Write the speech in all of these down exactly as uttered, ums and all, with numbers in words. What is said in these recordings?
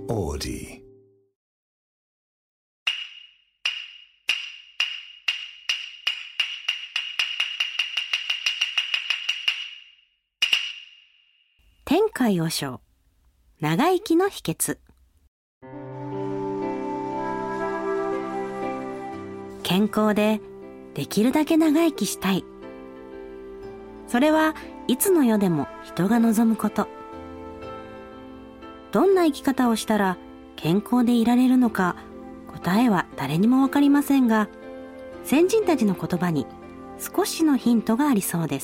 オーディ。 天海和尚、長生きの秘訣。健康でできるだけ長生きしたい。それはいつの世でも人が望むこと。どんな生き方をしたら健康でいられるのか、答えは誰にもわかりませんが、先人たちの言葉に少しのヒントがありそうです。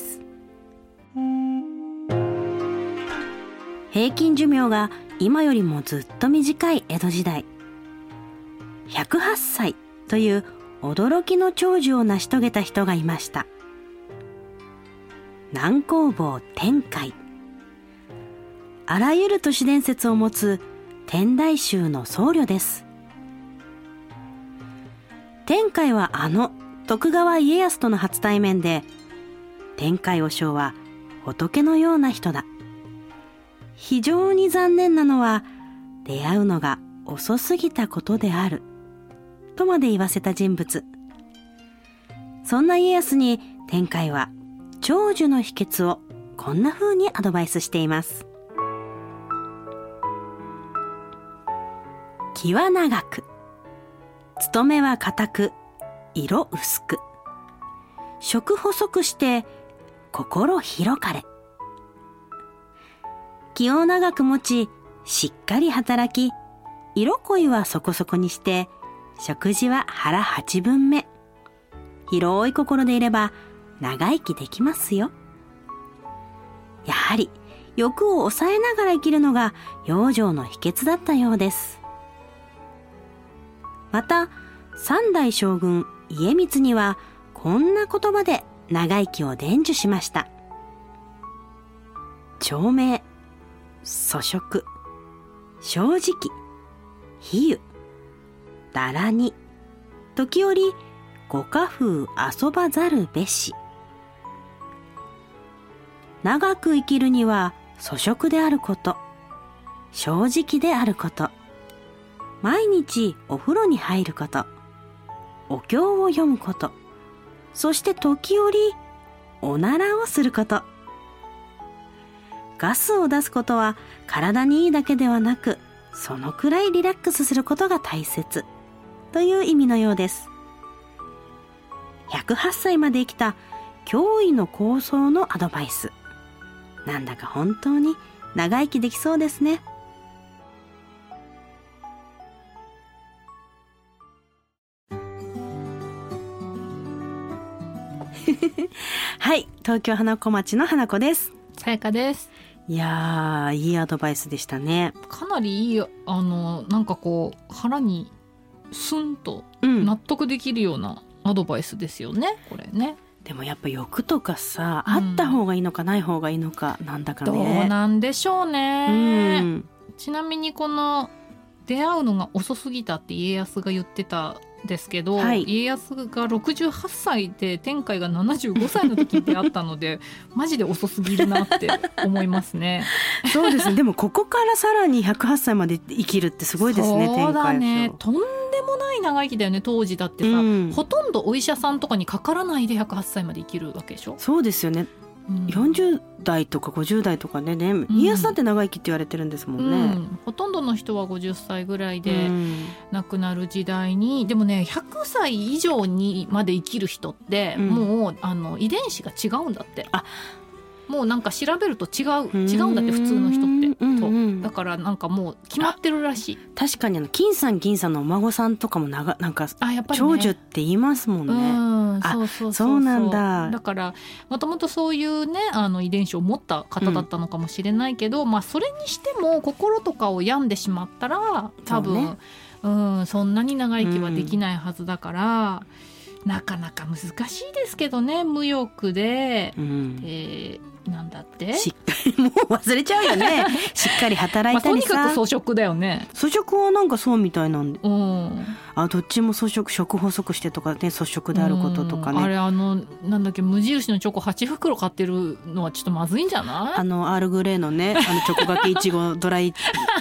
平均寿命が今よりもずっと短い江戸時代、ひゃくはっさいという驚きの長寿を成し遂げた人がいました。南高坊天海。あらゆる都市伝説を持つ天台宗の僧侶です。天海はあの徳川家康との初対面で、天海和尚は仏のような人だ。非常に残念なのは出会うのが遅すぎたことであるとまで言わせた人物。そんな家康に天海は長寿の秘訣をこんな風にアドバイスしています。気は長く、勤めは固く、色薄く、食細くして心広かれ。気を長く持ち、しっかり働き、色恋はそこそこにして、食事は腹八分目。広い心でいれば長生きできますよ。やはり欲を抑えながら生きるのが養生の秘訣だったようです。また三代将軍家光にはこんな言葉で長生きを伝授しました。長命、粗食、正直、比喩、だらに、時折ご家風遊ばざるべし。長く生きるには粗食であること、正直であること、毎日お風呂に入ること、お経を読むこと、そして時折おならをすること。ガスを出すことは体にいいだけではなく、そのくらいリラックスすることが大切という意味のようです。ひゃくはっさいまで生きた驚異の構想のアドバイス。なんだか本当に長生きできそうですね。はい、東京花子町の花子です。 さやかです。 いやー、いいアドバイスでしたね。 かなりいい、あのなんかこう腹にスンと納得できるようなアドバイスですよね、うん、これね。 でもやっぱ欲とかさ、うん、あった方がいいのかない方がいいのか、なんだかね、 どうなんでしょうね、うん、ちなみにこの出会うのが遅すぎたって家康が言ってたですけど、はい、家康がろくじゅうはっさいで天海がななじゅうごさいの時に出会ったのでマジで遅すぎるなって思いますね。 そうですね。でもここからさらにひゃくはっさいまで生きるってすごいですね。 そうだね、とんでもない長生きだよね。当時だってさ、うん、ほとんどお医者さんとかにかからないでひゃくはっさいまで生きるわけでしょ。 そうですよね、うん、よんじゅうだいとかごじゅうだいとかね、ね、うん、家康だって長生きって言われてるんですもんね、うん、 ほとんどの人はごじゅっさいぐらいで亡くなる時代に、うん、でもねひゃくさい以上にまで生きる人って、うん、もうあの遺伝子が違うんだって。あ、もうなんか調べると違う違うんだって普通の人って、うんうん、だからなんかもう決まってるらしい。 確かにあの金さん銀さんのお孫さんとかもながなんか長寿って言いますもんね。 うん、そうそうそうそう、 そうなんだ。 だからもともとそういうねあの遺伝子を持った方だったのかもしれないけど、うん、まあそれにしても心とかを病んでしまったら多分 そ,、ねうん、そんなに長生きはできないはずだから、うん、なかなか難しいですけどね。無欲で、うんえーなんだってしっかりもう忘れちゃうよねしっかり働いたりさ、 まあ、とにかく粗食だよね。 粗食はなんかそうみたいなんで、 うん、 あどっちも粗食、食細くしてとかね、粗食であることとかね、 うん、あれあのなんだっけ無印のチョコはちふくろ買ってるのはちょっとまずいんじゃない？ あのアールグレーのねあのチョコがけいちごドライ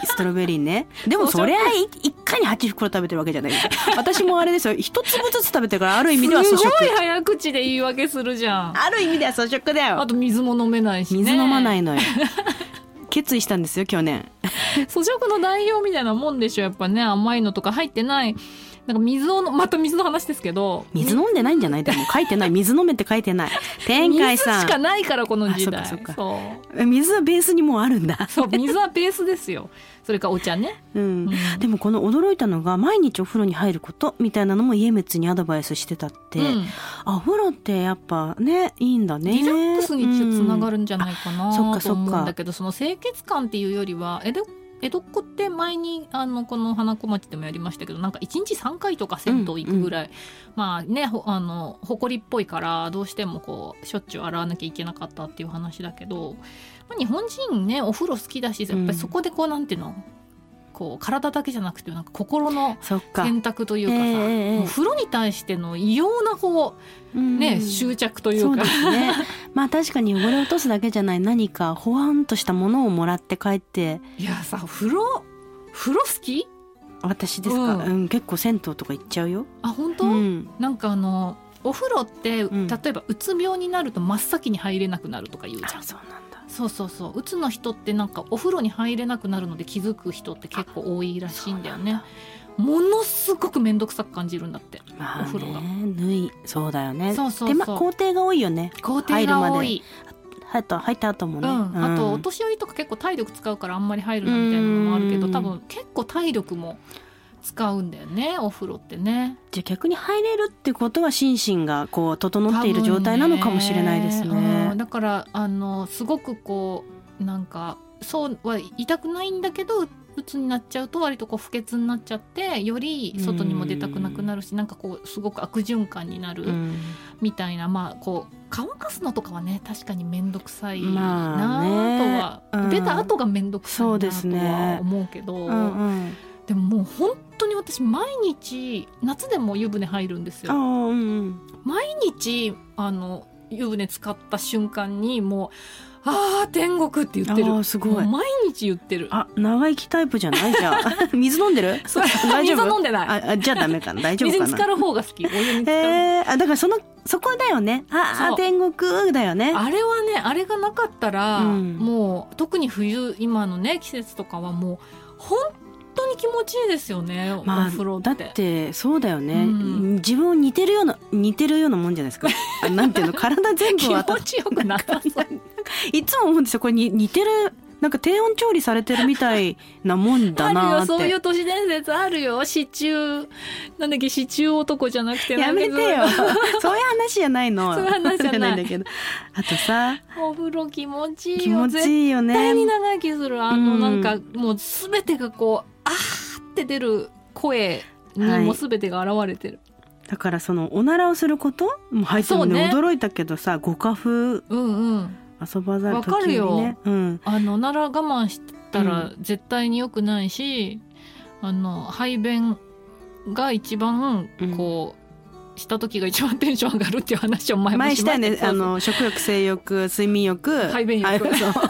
ストロベリーね。でもそれは一回にはち袋食べてるわけじゃないです私もあれですよ、一粒ずつ食べてるから、ある意味では粗食。 すごい早口で言い訳するじゃん。 ある意味では粗食だよ。 あと水も飲めないしね。 水飲まないのよ決意したんですよ去年粗食の代表みたいなもんでしょやっぱね。甘いのとか入ってない、なんか水を、また水の話ですけど、 水飲んでないんじゃない？でも書いてない、水飲めって書いてない。天海さん、 水しかないからこの時代。 あ、そっかそっか。 そう水はベースにもうあるんだ。 そう、水はベースですよ。それからお茶ね、 うんうん、 でもこの驚いたのが、毎日お風呂に入ることみたいなのも家光にアドバイスしてたって、うん、あ、お風呂ってやっぱねいいんだね。 リラックスにつながるんじゃないかな、 うん、 と思うんだけど、その清潔感っていうよりは、江戸江戸っ子って前にあのこの花子町でもやりましたけど、なんかいちにちさんかいとか銭湯行くぐらい、うんうん、まあね、ほあの埃っぽいからどうしてもこうしょっちゅう洗わなきゃいけなかったっていう話だけど、まあ、日本人ねお風呂好きだし、やっぱりそこでこうなんていうの、こう体だけじゃなくてなんか心の選択というかさ、えー、もう風呂に対しての異様なこう、ね、執着というか、 そうですねまあ確かに汚れ落とすだけじゃない、何かほわんとしたものをもらって帰って。 いやさ、風呂風呂好き？ 私ですか、うんうん、結構銭湯とか行っちゃうよ。 あ、本当？うん、なんかあのお風呂って、うん、例えばうつ病になると真っ先に入れなくなるとか言うじゃん。 あ、そうなんだ。 そうそうそう、うつの人ってなんかお風呂に入れなくなるので気づく人って結構多いらしいんだよね。ものすごく面倒くさく感じるんだって、まあね、お風呂が縫い、 そうだよね。 そうそうそう、 手間、工程が多いよね。 工程が多い。 入った入った後もね、 うんうん、あとお年寄りとか結構体力使うからあんまり入るなみたいなのもあるけど、多分結構体力も使うんだよね、お風呂ってね。 じゃあ逆に入れるってことは心身がこう整っている状態なのかもしれないですね。 ね、うん、だからあのすごくこうなんかそうは痛くないんだけど、うつになっちゃうと割とこう不潔になっちゃって、より外にも出たくなくなるし、なんかこうすごく悪循環になるみたいな、まあこう乾かすのとかはね確かに面倒くさいなとは、まあね、うん、出た後が面倒くさいなとは思うけど、うんうん、でももう本当に私毎日夏でも湯船入るんですよ。あ、うんうん、毎日あの湯船使った瞬間にもうあー天国って言ってる。 あ、すごい。 毎日言ってる。 あ、長生きタイプじゃないじゃん水飲んでる？ そう、大丈夫？水飲んでない。 ああ、じゃあダメかな。大丈夫かな。 水に浸かる方が好き。お湯に浸かる。 えー、あ、だからそのそこだよね。ああ、天国だよね。 あれはね、あれがなかったら、うん、もう特に冬、今のね季節とかはもう本当に気持ちいいですよね、まあ、お風呂って。 だってそうだよね、うん、自分を似てるような似てるようなもんじゃないですかなんていうの、体全部気持ちよくなったいつも思うんですよ、これに似てる、なんか低温調理されてるみたいなもんだなって。 あるよ、そういう都市伝説あるよ。シチューなんだっけ、シチュー男じゃなくて、 やめてよそういう話じゃないのそういう話じゃないんだけど、あとさ、 お風呂気持ちいいよ。 気持ちいいよね。 絶対に長生きする。あの、うん、なんかもう全てがこうあーって出る声にも全てが現れてる、 はい、だからそのおならをすることも入ってもね、驚いたけどさ、ご家風、うんうん、遊ばざる時にね。わかるよ、うん、あのおなら我慢したら絶対に良くないし、うん、あの排便が一番こう、うん、した時が一番テンション上がるっていう話を前もしました。 前したよね。あの食欲、性欲、睡眠欲、 排便欲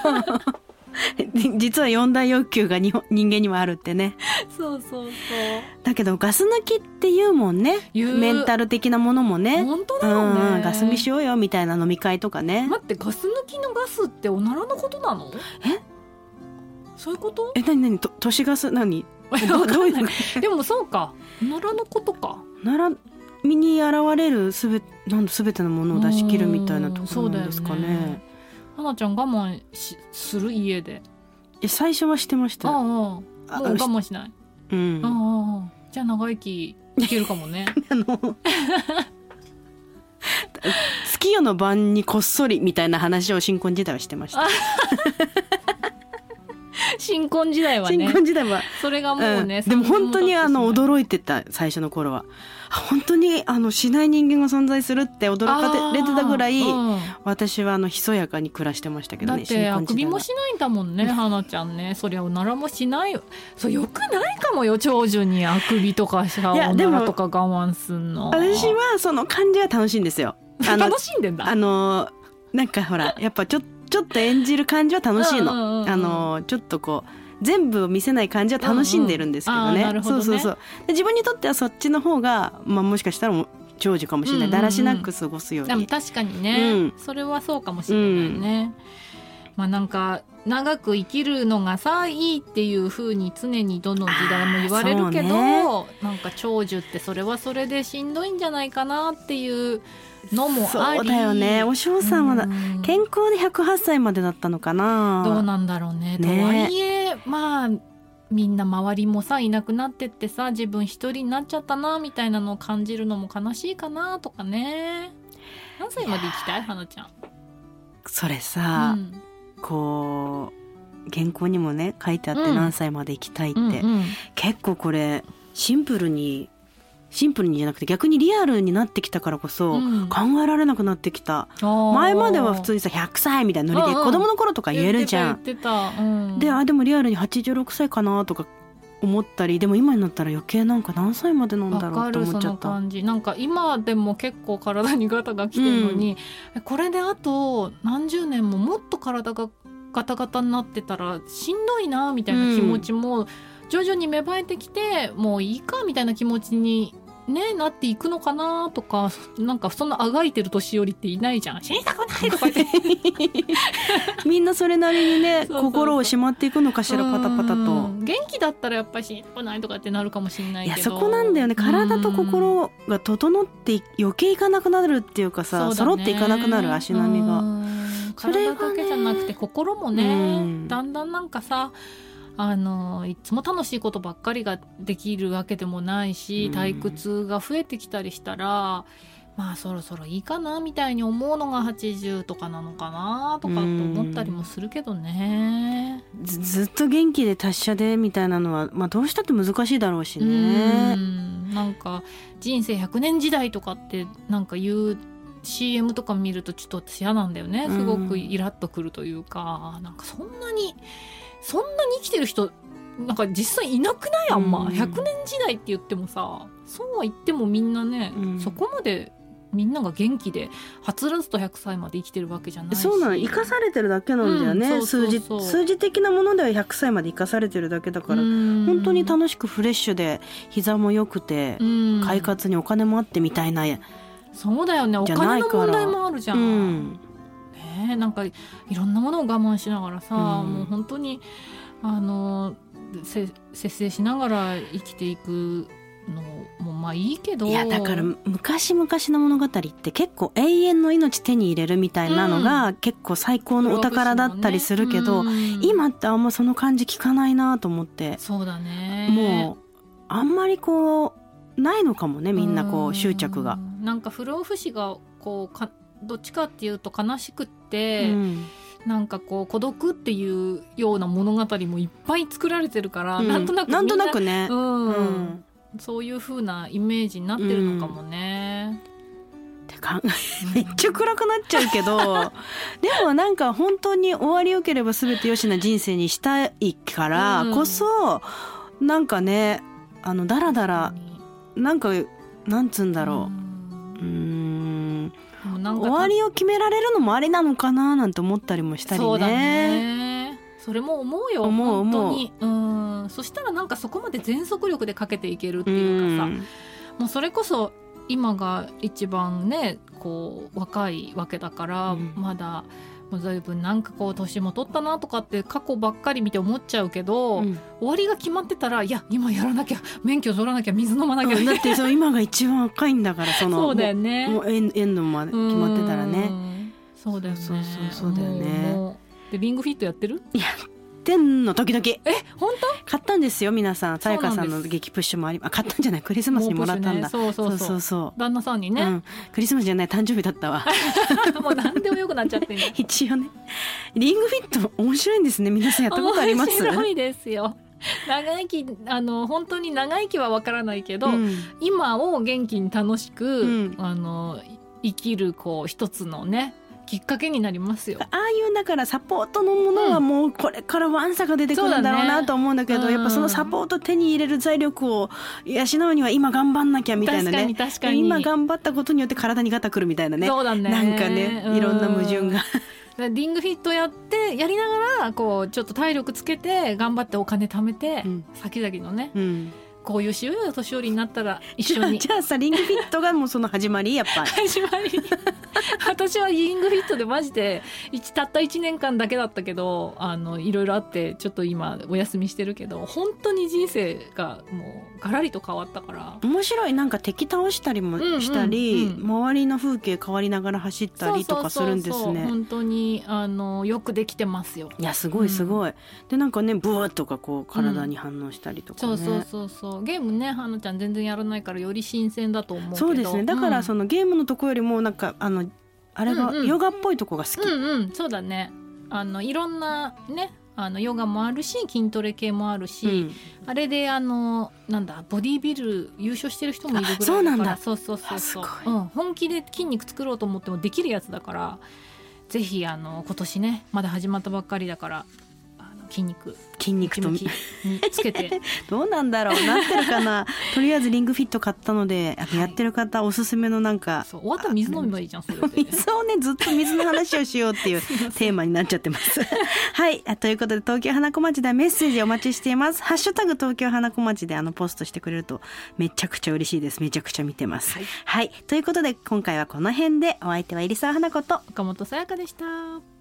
実は四大欲求が人間にもあるってね。 そうそうそう。 だけどガス抜きって言うもんね。メンタル的なものもね。 本当だよね、 うん、ガス見しようよみたいな飲み会とかね。 待って、ガス抜きのガスっておならのことなの？ え？ そういうこと？ え、なになに、と都市ガス何？ どどういうでもそうか、おならのことか。 おなら身に現れるすべなんすべてのものを出し切るみたいなところなんですかね。 花ちゃん我慢しする？家で。 え、最初はしてました。ああ、 もう我慢しない。うん。ああ、じゃあ長生きいけるかもね。あの月夜の晩にこっそりみたいな話を新婚時代はしてました。 新婚時代はね。 新婚時代はそれがもうね、 うん、でも本当にあの驚いてた、最初の頃は本当にあのしない人間が存在するって驚かれてたぐらい、うん、私はあのひそやかに暮らしてましたけどね。 だってあくびもしないんだもんね、花ちゃんね。そりゃおならもしないよ。そう、よくないかもよ、長寿にあくびとかさ、おならとか我慢すんの。 私はその感じが楽しいんですよ。 楽しんでんだ。 あのなんかほらやっぱちょっとちょっと演じる感じは楽しいの。うんうんうん、あのちょっとこう全部見せない感じは楽しんでるんですけどね、うんうん、あー、なるほどね。そうそうそう。で自分にとってはそっちの方が、まあ、もしかしたら長寿かもしれない、うんうんうん、だらしなく過ごすより。でも確かにね、うん、それはそうかもしれないね、うん、まあなんか長く生きるのがさいいっていう風に常にどの時代も言われるけど、ね、なんか長寿ってそれはそれでしんどいんじゃないかなっていうのもあり。 そうだよね。お嬢さんは、うん、健康でひゃくはっさいまでだったのかな。 どうなんだろう ね, ね。とはいえまあみんな周りもさいなくなってってさ、自分一人になっちゃったなみたいなのを感じるのも悲しいかなとかね。何歳まで生きたい？花ちゃん。 それさ、うん、こう原稿にもね書いてあって、何歳まで生きたいって、うんうんうん、結構これシンプルにシンプルにじゃなくて逆にリアルになってきたからこそ、うん、考えられなくなってきた。前までは普通にさひゃくさいみたいなノリで子供の頃とか言えるじゃん。 言ってた言ってた、うん、 で、あでもリアルにはちじゅうろくさいかなとか思ったり、でも今になったら余計なんか何歳までなんだろうって思っちゃった。わかる、その感じ。なんか今でも結構体にガタが来てるのに、うん、これであと何十年ももっと体がガタガタになってたらしんどいなみたいな気持ちも徐々に芽生えてきて、うん、もういいかみたいな気持ちにね、なっていくのかなとか。なんかそんなあがいてる年寄りっていないじゃん。死にたくないとか言ってみんなそれなりにね、そうそうそう、心をしまっていくのかしら、パタパタと。 元気だったらやっぱり死にたくないとかってなるかもしれないけど、 いやそこなんだよね。体と心が整って余計いかなくなるっていうかさ、揃っていかなくなる、足並みが。 それがね、体だけじゃなくて心もね、だんだんなんかさ、あのいつも楽しいことばっかりができるわけでもないし、退屈が増えてきたりしたら、まあそろそろいいかなみたいに思うのがはちじゅうとかなのかなとかと思ったりもするけどね。 ず, ずっと元気で達者でみたいなのは、まあ、どうしたって難しいだろうしね。 うんなんか人生ひゃくねん時代とかってなんか言う シーエム とか見るとちょっと私嫌なんだよね。すごくイラッとくるというか、なんかそんなにそんなに生きてる人なんか実際いなくない？あんま、うん、ひゃくねん時代って言ってもさ、そうは言ってもみんなね、うん、そこまでみんなが元気ではつらつとひゃくさいまで生きてるわけじゃないし。 そうなの、生かされてるだけなんだよね、うん、そうそうそう、数字、数字的なものではひゃくさいまで生かされてるだけだから、本当に楽しくフレッシュで膝も良くて、快活にお金もあってみたいな。 そうだよね、お金の問題もあるじゃん、うんね、なんかいろんなものを我慢しながらさ、うん、もう本当にあの節制しながら生きていくのもまあいいけど、 いやだから昔々の物語って結構永遠の命手に入れるみたいなのが、うん、結構最高のお宝だったりするけど、ね、うん、今ってあんまその感じ聞かないなと思って。 そうだね、 もうあんまりこうないのかもね、みんなこう執着が。 なんか不老不死がこうかどっちかっていうと悲しくって、うん、なんかこう孤独っていうような物語もいっぱい作られてるから、うん、なんとなくみんななんとなくね、 うんうん、そういう風なイメージになってるのかもね、 うん、って考えめっちゃ暗くなっちゃうけどでもなんか本当に終わりよければ全てよしな人生にしたいからこそ、うん、なんかね、あのだらだらなんかなんつうんだろう、うん、うーん、なんか終わりを決められるのもありなのかななんて思ったりもしたりね。 そうだね、それも思うよ、 思う思う、 本当に。うん、そしたらなんかそこまで全速力でかけていけるっていうかさ、うん、もうそれこそ今が一番ねこう若いわけだから、うん、まだもう随分なんかこう年も取ったなとかって過去ばっかり見て思っちゃうけど、うん、終わりが決まってたら、いや今やらなきゃ、免許取らなきゃ、水飲まなきゃ、うん、 だってその今が一番赤いんだから、そのそうだよね、 もうエンドまで決まってたらね。 そうだよね、 そうそうそうだよね。 でリングフィットやってる？ いやってんの時々。え本当？ 買ったんですよ皆さん。さやかさんの激プッシュもあり、あ買ったんじゃない、クリスマスにもらったんだ、ね、 そうそうそうそうそう、旦那さんにね、うん、 クリスマスじゃない誕生日だったわもう何でもよくなっちゃってん一応ね。リングフィット面白いんですね。皆さんやったことあります？ 面白いですよ。長生き、あの本当に長生きはわからないけど、うん、今を元気に楽しく、うん、あの生きるこう一つのねきっかけになりますよ。 ああいうだからサポートのものはもうこれからワンサが出てくるんだろうなと思うんだけど、ね、やっぱそのサポート手に入れる財力を養うには今頑張んなきゃみたいなね。 確かに確かに。 今頑張ったことによって体にガタくるみたいなね。 そうだね。 なんかね、いろんな矛盾がらリングフィットやってやりながらこうちょっと体力つけて頑張ってお金貯めて、うん、先々のね、うん、こういうしようよ年寄りになったら一緒にじゃあさリングフィットがもうその始まりやっぱ始まり私はリングフィットでマジでたったいちねんかんだけだったけどあのいろいろあってちょっと今お休みしてるけど本当に人生がもうガラリと変わったから面白い。なんか敵倒したりもしたり、うんうんうん、周りの風景変わりながら走ったりとかするんですね。そうそうそうそう本当にあのよくできてますよ。 いやすごいすごい、うん、でなんかねブワーとかこう体に反応したりとかね、 うん、そうそうそうそうゲームねはなちゃん全然やらないからより新鮮だと思うけどそうですねだからそのゲームのとこよりもなんかあのあれがヨガっぽいとこが好き、 うんうん、そうだねあのいろんなねあのヨガもあるし筋トレ系もあるし、うん、あれであのなんだボディービル優勝してる人もいるぐらいだからそうなんだそうそうそうそう、うん、本気で筋肉作ろうと思ってもできるやつだからぜひあの今年ねまだ始まったばっかりだから筋肉筋肉とにつけてどうなんだろうなってるかなとりあえずリングフィット買ったので、はい、やってる方おすすめのなんかそう終わったら水飲めばいいじゃんそれで水をねずっと水の話をしようっていうテーマになっちゃってますはいということで東京花子町ではメッセージお待ちしています。ハッシュタグ東京花子町であのポストしてくれるとめちゃくちゃ嬉しいです。めちゃくちゃ見てます、はい、はい、ということで今回はこの辺でお相手は入澤花子と岡本さやかでした。